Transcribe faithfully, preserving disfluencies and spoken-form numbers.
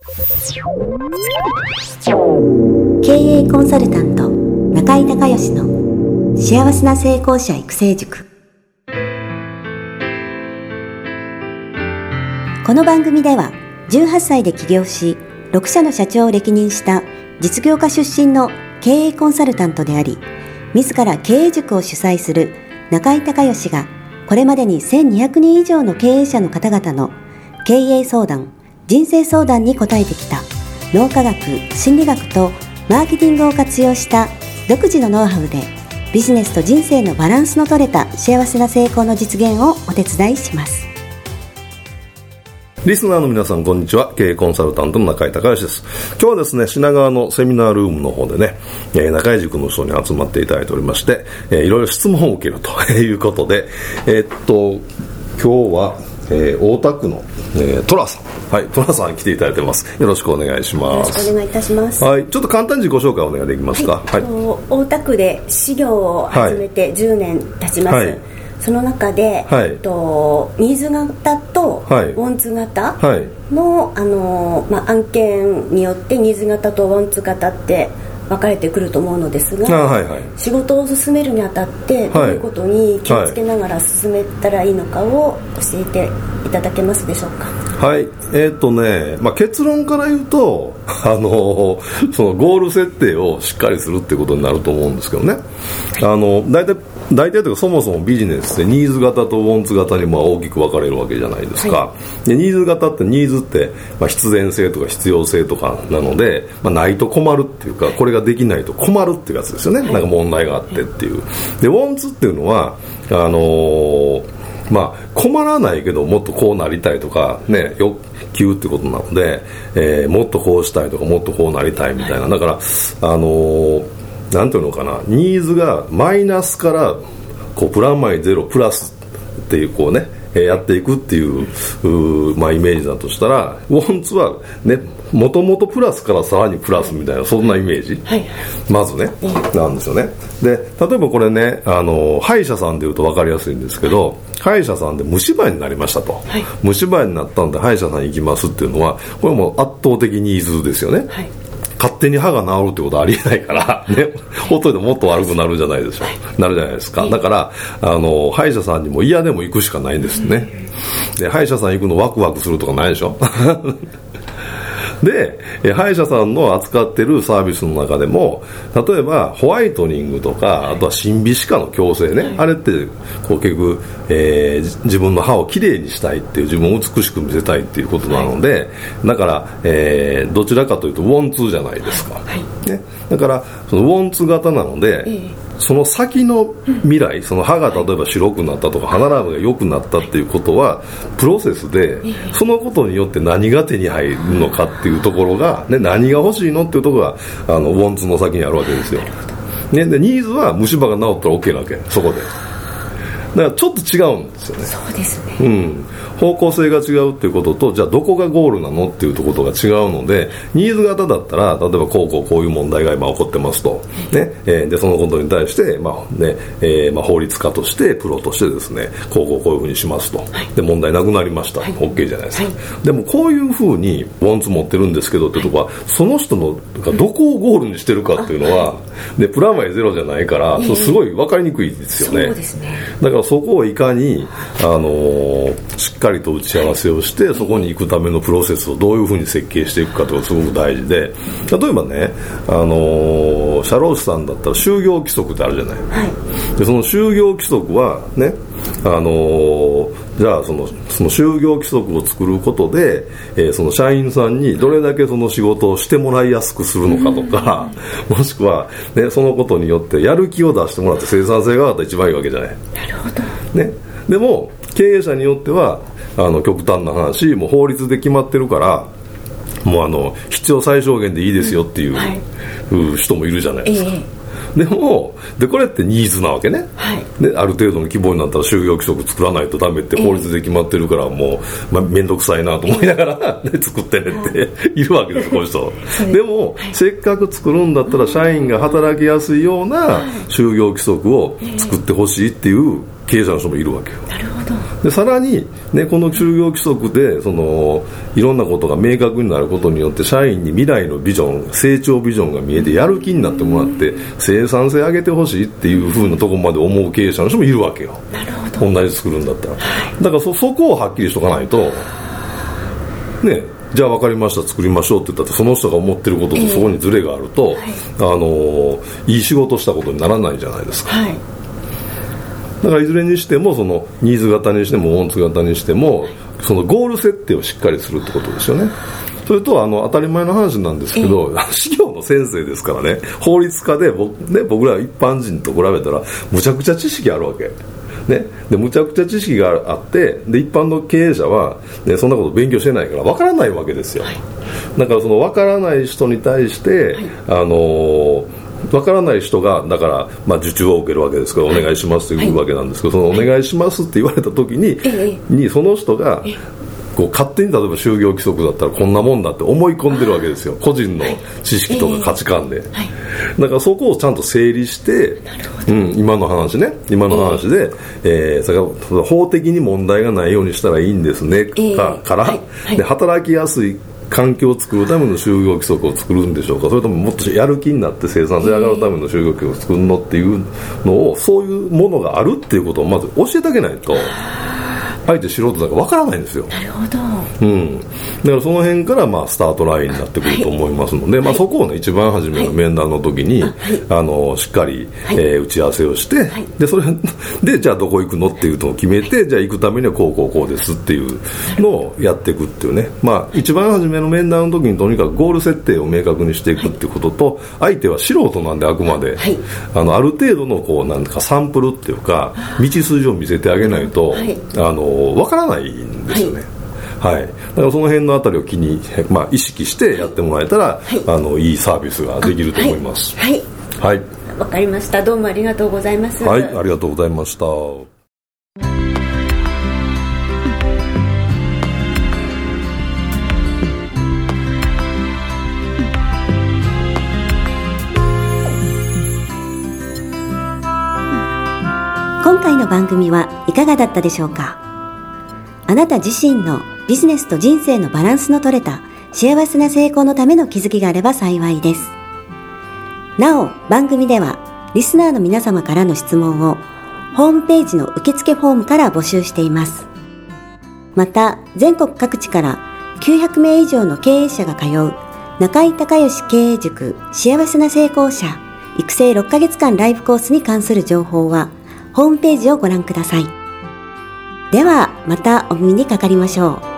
経営コンサルタント中井孝義の幸せな成功者育成塾。この番組ではじゅうはっさいで起業しろくしゃの社長を歴任した実業家出身の経営コンサルタントであり、自ら経営塾を主催する中井孝義がこれまでにせんにひゃくにん以上の経営者の方々の経営相談、人生相談に応えてきた脳科学、心理学とマーケティングを活用した独自のノウハウでビジネスと人生のバランスの取れた幸せな成功の実現をお手伝いします。 リスナーの皆さん、こんにちは。経営コンサルタントの中井孝義です。今日はですね、品川のセミナールームの方でね、えー、中井塾の人に集まっていただいておりまして、えー、いろいろ質問を受けるということで、えー、っと今日は、えー、大田区の、えー、トラさん、はい、トラさん来ていただいてます。よろしくお願いします。 よろしくお願いいたします。 はい、ちょっと簡単に自己紹介お願いできますか。 はい、はい、大田区で事業を始めてじゅうねん経ちます。はい、その中で、はい、とニーズ型とウォンツ型の、はい、あのまあ、案件によってニーズ型とウォンツ型って分かれてくると思うのですが、はいはい、仕事を進めるにあたってどういうことに気をつけながら進めたらいいのかを教えていただけますでしょうか。 はい、えーっとねまあ、結論から言うとあのそのゴール設定をしっかりするってことになると思うんですけどね。あの大体大体というかそもそもビジネスでニーズ型とウォンツ型にまあ大きく分かれるわけじゃないですか。はい、でニーズ型ってニーズって、まあ、必然性とか必要性とかなので、まあ、ないと困るっていうかこれができないと困るっていうやつですよね。はい、なんか問題があってっていう。でウォンツっていうのはあのーまあ、困らないけどもっとこうなりたいとか、ね、欲求ってことなので、えー、もっとこうしたいとかもっとこうなりたいみたいな。だからあのー、なんていうのかな、ニーズがマイナスからこうプラマイゼロプラスっていうこうねやっていくっていう、う、まあ、イメージだとしたらウォンツはねもともとプラスからさらにプラスみたいなそんなイメージ、はい、まずね、うん、なんですよね。で例えばこれねあの歯医者さんでいうと分かりやすいんですけど、はい、歯医者さんで虫歯になりましたと、はい、虫歯になったんで歯医者さん行きますっていうのはこれもう圧倒的ニーズですよね。はい、勝手に歯が治るってことはありえないからね、ほっといてもっと悪くなるじゃないでしょ、はい、なるじゃないですか。だからあの歯医者さんにも嫌でも行くしかないんですね。で歯医者さん行くのワクワクするとかないでしょで歯医者さんの扱ってるサービスの中でも例えばホワイトニングとかあとは新美歯科の矯正ね、あれってこう結局、えー、自分の歯をきれいにしたいっていう自分を美しく見せたいっていうことなので、だから、えー、どちらかというとウォンツじゃないですか、ね、だからそのウォンツ型なので、その先の未来、その歯が例えば白くなったとか歯並びが良くなったっていうことはプロセスで、そのことによって何が手に入るのかっていうところが、ね、何が欲しいのっていうところがあのウォンツの先にあるわけですよ、ね、でニーズは虫歯が治ったら OK なわけ、そこで。だからちょっと違うんですよね。 そうですね、 うん、方向性が違うっていうことと、じゃあどこがゴールなのっていうことが違うので、ニーズ型だったら例えばこうこうこういう問題が今起こってますと、ねえー、でそのことに対して、まあねえーまあ、法律家としてプロとしてですねこうこうこういうふうにしますと、で問題なくなりました、はい、OK じゃないですか、はい、でもこういうふうにウォンツ持ってるんですけどってとこは、その人のがどこをゴールにしてるかっていうのは、でプラマイゼロじゃないから、えー、そうすごい分かりにくいですよね。 そうですね。だからそこをいかに、あのー、しっかりと打ち合わせをして、そこに行くためのプロセスをどういうふうに設計していくかというのがすごく大事で、例えばね、あのー、社労士さんだったら就業規則ってあるじゃない、はい、でその就業規則はね、あのー、じゃあその、その就業規則を作ることで、えー、その社員さんにどれだけその仕事をしてもらいやすくするのかとか、もしくは、ね、そのことによってやる気を出してもらって生産性が上がったら一番いいわけじゃない。 なるほど、 ね、でも経営者によってはあの極端な話、もう法律で決まってるからもうあの必要最小限でいいですよっていう、うんはい、人もいるじゃないですか、えーでもでこれってニーズなわけね、はい、である程度の規模になったら就業規則作らないとダメって法律で決まってるから、もう、まあ、めんどくさいなと思いながら、ね、作ってねって、はい、いるわけですこの人でも、はい、せっかく作るんだったら社員が働きやすいような就業規則を作ってほしいっていう経営者の人もいるわけよ。 なるほど。 でさらに、ね、この就業規則でそのいろんなことが明確になることによって社員に未来のビジョン、成長ビジョンが見えてやる気になってもらって生産性上げてほしいっていう風なところまで思う経営者の人もいるわけよ。 なるほど。 同じ作るんだったら、はい、だから そ, そこをはっきりしとかないとね、じゃあ分かりました作りましょうって言ったってその人が思ってることとそこにズレがあると、えーはい、あのいい仕事したことにならないじゃないですか、はい、だからいずれにしてもそのニーズ型にしてもオンツ型にしてもそのゴール設定をしっかりするってことですよね。それとあの当たり前の話なんですけど、えー、司教の先生ですからね、法律家で 僕,、ね、僕ら一般人と比べたらむちゃくちゃ知識あるわけね、でむちゃくちゃ知識があってで一般の経営者は、ね、そんなこと勉強してないから分からないわけですよ、はい、だからその分からない人に対して、はい、あの分からない人がだから、まあ、受注を受けるわけですから、はい、お願いしますというわけなんですけど、はい、そのお願いしますって言われた時に、はい、にその人がこう勝手に例えば就業規則だったらこんなもんだって思い込んでるわけですよ、個人の知識とか価値観で、はいはい、だからそこをちゃんと整理して、うん、今の話ね今の話で、えー、それから法的に問題がないようにしたらいいんですね、えー、か, から、はいはい、で働きやすい環境を作るための就業規則を作るんでしょうか、それとももっとやる気になって生産性上がるための就業規則を作るのっていうのを、そういうものがあるっていうことをまず教えてあげないと相手素人だから分からないんですよ。 なるほど、 うん、だからその辺からまあスタートラインになってくると思いますので、はい、まあ、そこをね一番初めの面談の時に、はい、あのしっかり、はい、えー、打ち合わせをして、はい、でそれでじゃあどこ行くのっていうのを決めて、じゃあ行くためにはこうこうこうですっていうのをやっていくっていうね、まあ、一番初めの面談の時にとにかくゴール設定を明確にしていくっていうことと、はい、相手は素人なんであくまで、はい、あのある程度のこうなんかサンプルっていうか道筋を見せてあげないと、はい、あの分からないんですよね、はいはい、だからその辺のあたりを気に、まあ、意識してやってもらえたら、はい、あのいいサービスができると思います。 はい、はい、わかりました。どうもありがとうございます。 はい、ありがとうございました。 今回の番組はいかがだったでしょうか。あなた自身のビジネスと人生のバランスの取れた幸せな成功のための気づきがあれば幸いです。なお、番組ではリスナーの皆様からの質問をホームページの受付フォームから募集しています。また、全国各地からきゅうひゃくめい以上の経営者が通う中井隆義経営塾幸せな成功者育成ろっかげつかんライブコースに関する情報はホームページをご覧ください。ではまたお耳にかかりましょう。